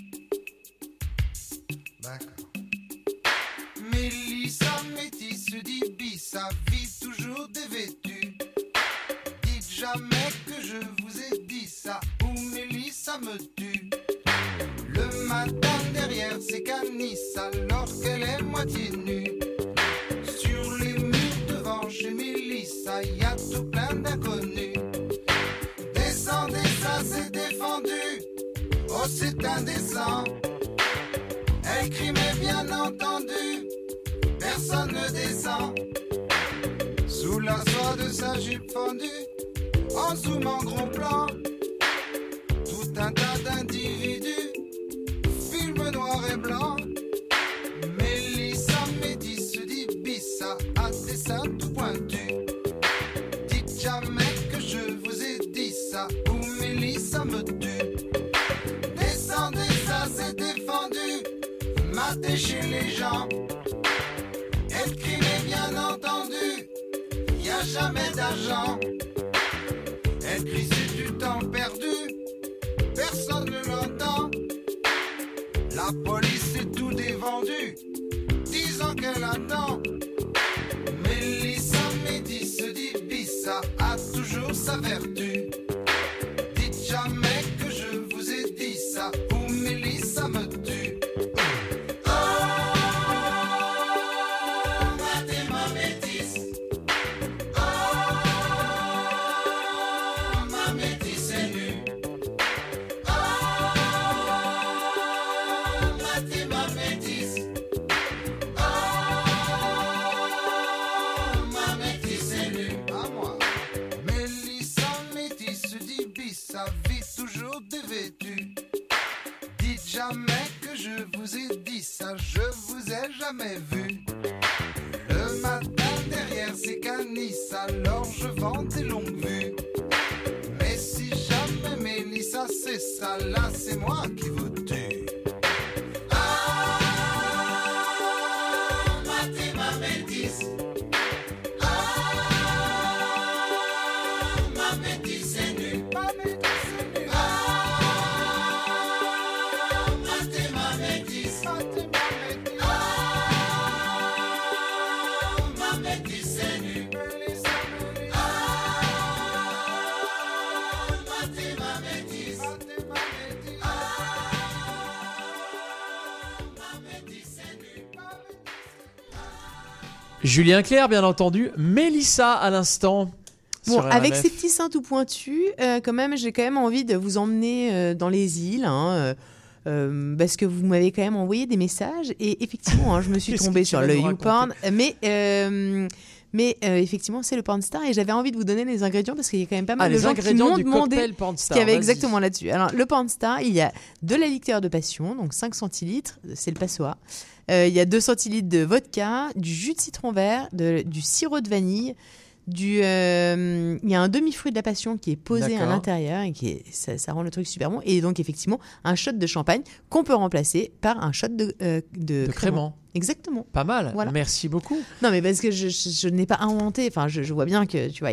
D'accord. Mélissa, métisse d'Ibissa, vit toujours dévêtue. Dites jamais que je vous ai dit ça, ou Mélissa me tue. Le matin derrière ses canisses, alors qu'elle est moitié nue. Sur les murs devant chez Mélissa, y a tout plein d'inconnus. Descendez, ça c'est défendu. Oh, c'est indécent. Elle crie, mais bien entendu, personne ne descend. Sous la soie de sa jupe fendue, en zoom en gros plan, tout un tas d'individus, film noir et blanc. Mélissa, métisse d'Ibissa, à dessin tout pointu. Dites jamais que je vous ai dit ça, ou Mélissa me tue. Descendez, ça c'est défendu, matez chez les gens. Elle crie, mais bien entendu, y a jamais d'argent. Elle crie, c'est du temps perdu, personne ne l'entend. La police est tout dévendu, disant qu'elle attend. Mélissa, métisse d'Ibissa, a toujours sa vertu. Dites jamais que je vous ai dit ça, ou Mélissa me tue. je vous ai dit ça, je vous ai jamais vu. Le matin derrière ces canisses, alors je vends des longues vues. Mais si jamais Mélissa c'est ça, là c'est moi qui vous tue. Julien Clerc, bien entendu. Mélissa à l'instant. Bon, avec ces petits seins tout pointus, quand même, j'ai quand même envie de vous emmener dans les îles, parce que vous m'avez quand même envoyé des messages et effectivement, je me suis tombée sur le YouPorn, mais effectivement, c'est le Pornstar et j'avais envie de vous donner les ingrédients parce qu'il y a quand même pas mal de gens qui m'ont demandé ce qu'il y avait exactement là-dessus. Alors, le Pornstar, il y a de la liqueur de passion, donc 5 centilitres, c'est le passoa. Il y a 2 centilitres de vodka, du jus de citron vert, du sirop de vanille, il y a un demi-fruit de la passion qui est posé à l'intérieur et ça rend le truc super bon. Et donc, effectivement, un shot de champagne qu'on peut remplacer par un shot de crément. Exactement. Pas mal. Voilà. Merci beaucoup. Non, mais parce que je n'ai pas inventé. Enfin, je vois bien que, tu vois,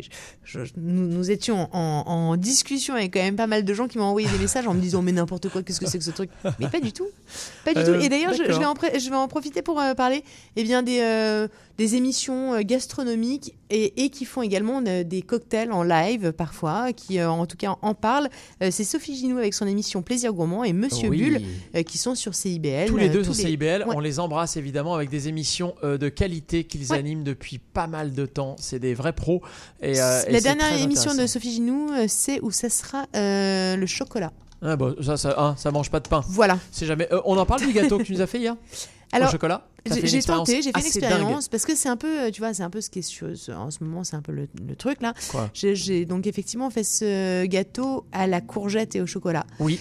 nous étions en discussion avec quand même pas mal de gens qui m'ont envoyé des messages en me disant mais n'importe quoi, qu'est-ce que c'est que ce truc? Mais pas du tout. Pas du tout. Et d'ailleurs, je vais en profiter pour parler bien des émissions gastronomiques et qui font également des cocktails en live parfois, qui en tout cas en parlent. C'est Sophie Ginou avec son émission Plaisir Gourmand et Monsieur Bulle qui sont sur CIBL. Tous les deux sur CIBL. Ouais. On les embrasse évidemment avec des émissions de qualité qu'ils animent depuis pas mal de temps. C'est des vrais pros. La dernière émission de Sophie Ginou, c'est où ça sera le chocolat. Ah bon, ça mange pas de pain. Voilà. C'est jamais. On en parle du gâteau que tu nous as fait hier. Alors, au chocolat. J'ai tenté, j'ai fait une expérience parce que c'est un peu, tu vois, c'est un peu ce qui est en ce moment, c'est un peu le truc là. Quoi? J'ai donc effectivement fait ce gâteau à la courgette et au chocolat. Oui.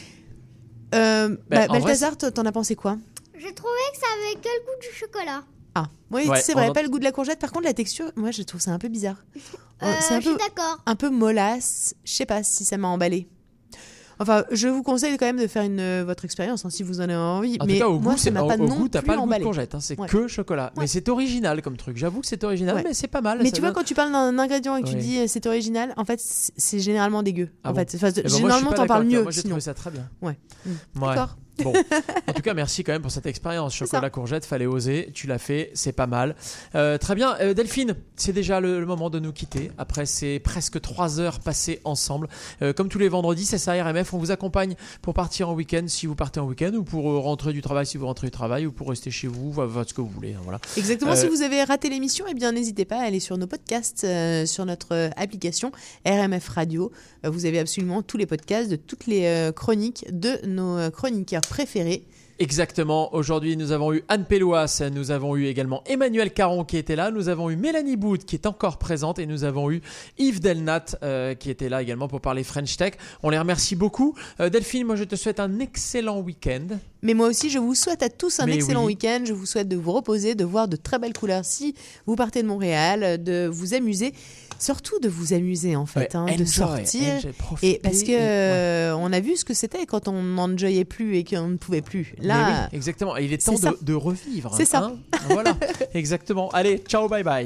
Balthazar, t'en as pensé quoi? J'ai trouvé que ça avait que le goût du chocolat. Ah, oui, c'est vrai, pas le goût de la courgette. Par contre, la texture, moi, je trouve ça un peu bizarre. Je suis d'accord. Un peu mollasse. Je sais pas si ça m'a emballé. Enfin, je vous conseille quand même de faire votre expérience si vous en avez envie. En mais tout cas, au moi, goût, ça m'a pas non plus t'as pas le goût de emballé. courgette, c'est que chocolat. Mais c'est original comme truc. J'avoue que c'est original, mais c'est pas mal. Mais tu vois, quand tu parles d'un ingrédient et que tu dis c'est original, en fait, c'est généralement dégueu. En fait, généralement, t'en parles mieux. Moi, j'ai trouvé ça très bien. Ouais. D'accord. Bon, en tout cas, merci quand même pour cette expérience. Chocolat courgette, fallait oser. Tu l'as fait, c'est pas mal. Très bien, Delphine, c'est déjà le moment de nous quitter. Après ces presque 3 heures passées ensemble. Comme tous les vendredis, c'est ça, RMF. On vous accompagne pour partir en week-end si vous partez en week-end, ou pour rentrer du travail si vous rentrez du travail, ou pour rester chez vous, faites ce que vous voulez. Voilà. Exactement. Si vous avez raté l'émission, eh bien n'hésitez pas à aller sur nos podcasts, sur notre application RMF Radio. Vous avez absolument tous les podcasts de toutes les chroniques de nos chroniqueurs préférés. Exactement. Aujourd'hui, nous avons eu Anne Péloas, nous avons eu également Emmanuel Caron qui était là, nous avons eu Mélanie Boud qui est encore présente et nous avons eu Yves Delnat qui était là également pour parler French Tech. On les remercie beaucoup. Delphine, moi je te souhaite un excellent week-end. Mais moi aussi, je vous souhaite à tous un excellent week-end. Je vous souhaite de vous reposer, de voir de très belles couleurs si vous partez de Montréal, de vous amuser. Surtout de vous amuser en fait, de sortir. Et parce que on a vu ce que c'était quand on n'enjoyait plus et qu'on ne pouvait plus. Là, oui, exactement. Et il est temps de revivre. C'est ça. Voilà, exactement. Allez, ciao, bye bye.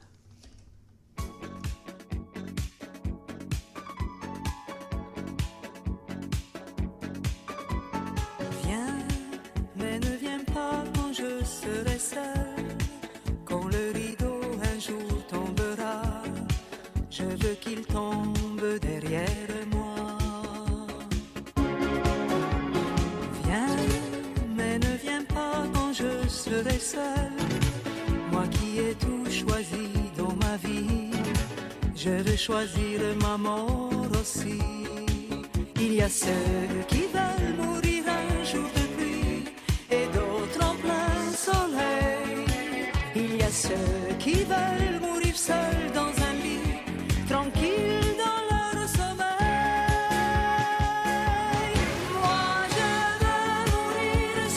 Viens, mais ne viens pas quand je serai seul. Quand le rideau un jour tombera, je veux qu'il tombe derrière moi. Viens, mais ne viens pas quand je serai seul. Moi qui ai tout choisi dans ma vie, je veux choisir ma mort aussi. Il y a ceux qui veulent mourir un jour de pluie et d'autres en plein soleil. Il y a ceux qui veulent mourir seuls dans un lit, tranquilles dans leur sommeil. Moi je veux mourir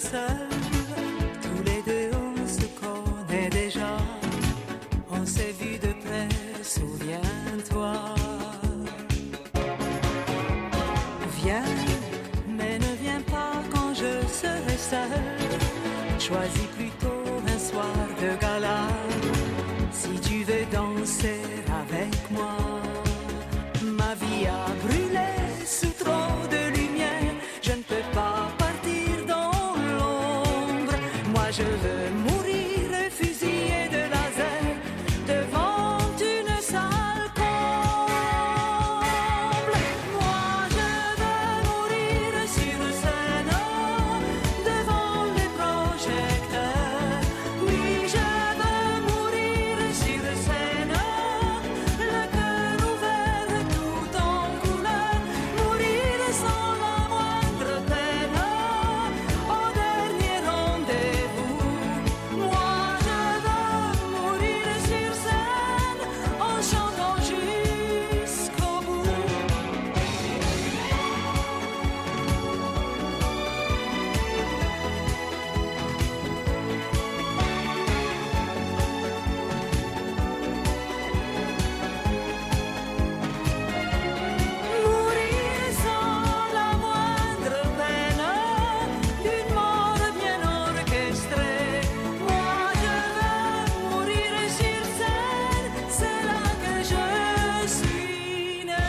seul. Tous les deux on se connaît déjà. On s'est vu de près, souviens-toi. Viens, mais ne viens pas quand je serai seul. Choisis plutôt un soir de gala. Si tu veux danser avec moi. Ma vie a brûlé sous trop de lumière. Je ne peux pas partir dans l'ombre. Moi je veux mourir fusillé de laser devant une salle comble. Moi je veux mourir sur scène devant les projecteurs. Oui, je veux mourir sur scène, le cœur ouvert tout en couleur. Mourir sans la moindre peine au dernier rendez-vous. Moi je veux mourir sur scène en chantant jusqu'au bout. Mourir sans la moindre peine, d'une mort bien orchestrée. Moi je veux mourir sur scène, c'est là que je suis né.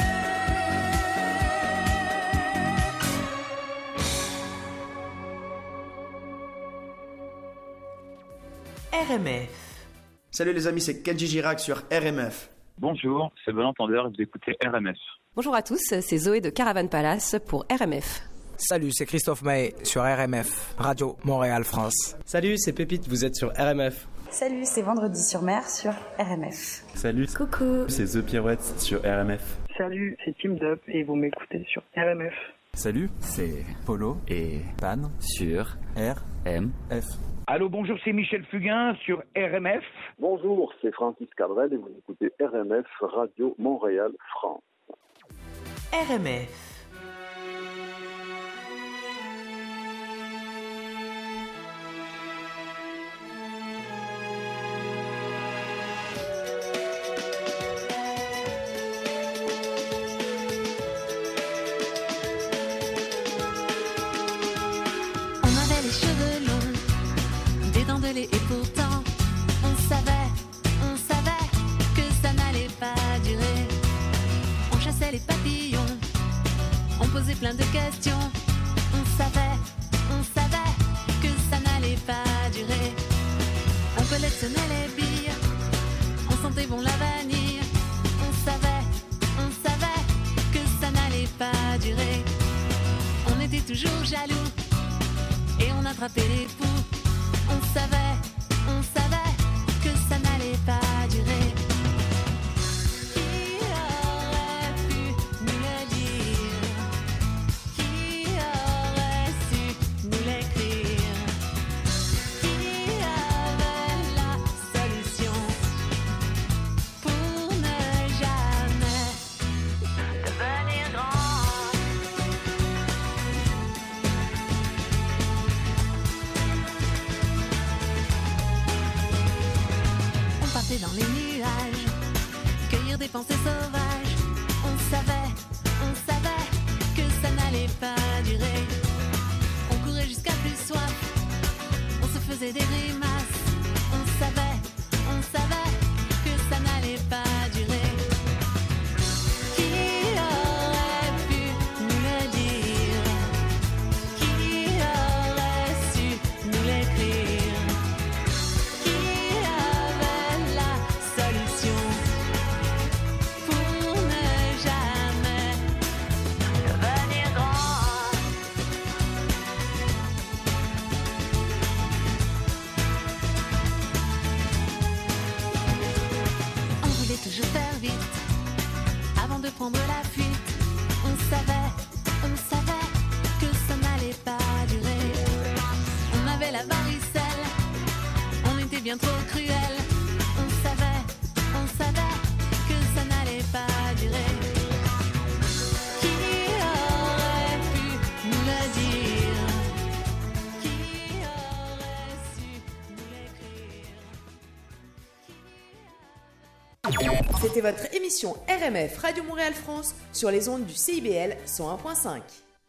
RMF. Salut les amis, c'est Kenji Girac sur RMF. Bonjour, c'est Bon Entendeur et vous écoutez RMF. Bonjour à tous, c'est Zoé de Caravane Palace pour RMF. Salut, c'est Christophe May sur RMF, Radio Montréal France. Salut, c'est Pépite, vous êtes sur RMF. Salut, c'est Vendredi sur mer sur RMF. Salut, coucou, c'est The Pirouette sur RMF. Salut, c'est Team Up et vous m'écoutez sur RMF. Salut, c'est Polo et Pan sur RMF. Allô, bonjour, c'est Michel Fugain sur RMF. Bonjour, c'est Francis Cabrel et vous écoutez RMF Radio Montréal France. RMF. On avait les cheveux longs, des dents de lait et pourtant on savait que ça n'allait pas durer. On chassait les papillons, on posait plein de questions. On savait que ça n'allait pas durer. On collectionnait les billes, on sentait bon la vanille. On savait que ça n'allait pas durer. On était toujours jaloux et on attrapait les poux. On savait que ça n'allait pas durer. Qui aurait pu nous le dire? Qui aurait su nous l'écrire? Qui avait la solution pour ne jamais devenir grand? On partait dans les nuages, cueillir des pensées sauvages. On savait que ça n'allait pas durer. On courait jusqu'à plus soif, on se faisait des grimaces. On savait que ça n'allait pas durer. Qui aurait pu nous le dire? Qui aurait su nous l'écrire? Qui avait la solution pour ne jamais devenir grand? On voulait toujours faire vite avant de prendre la fuite. On savait que ça n'allait pas durer. On avait la varicelle, on était bien trop cruel. On savait que ça n'allait pas durer. Qui aurait pu nous le dire? Qui C'était votre émission RMF Radio Montréal France sur les ondes du CIBL 101.5.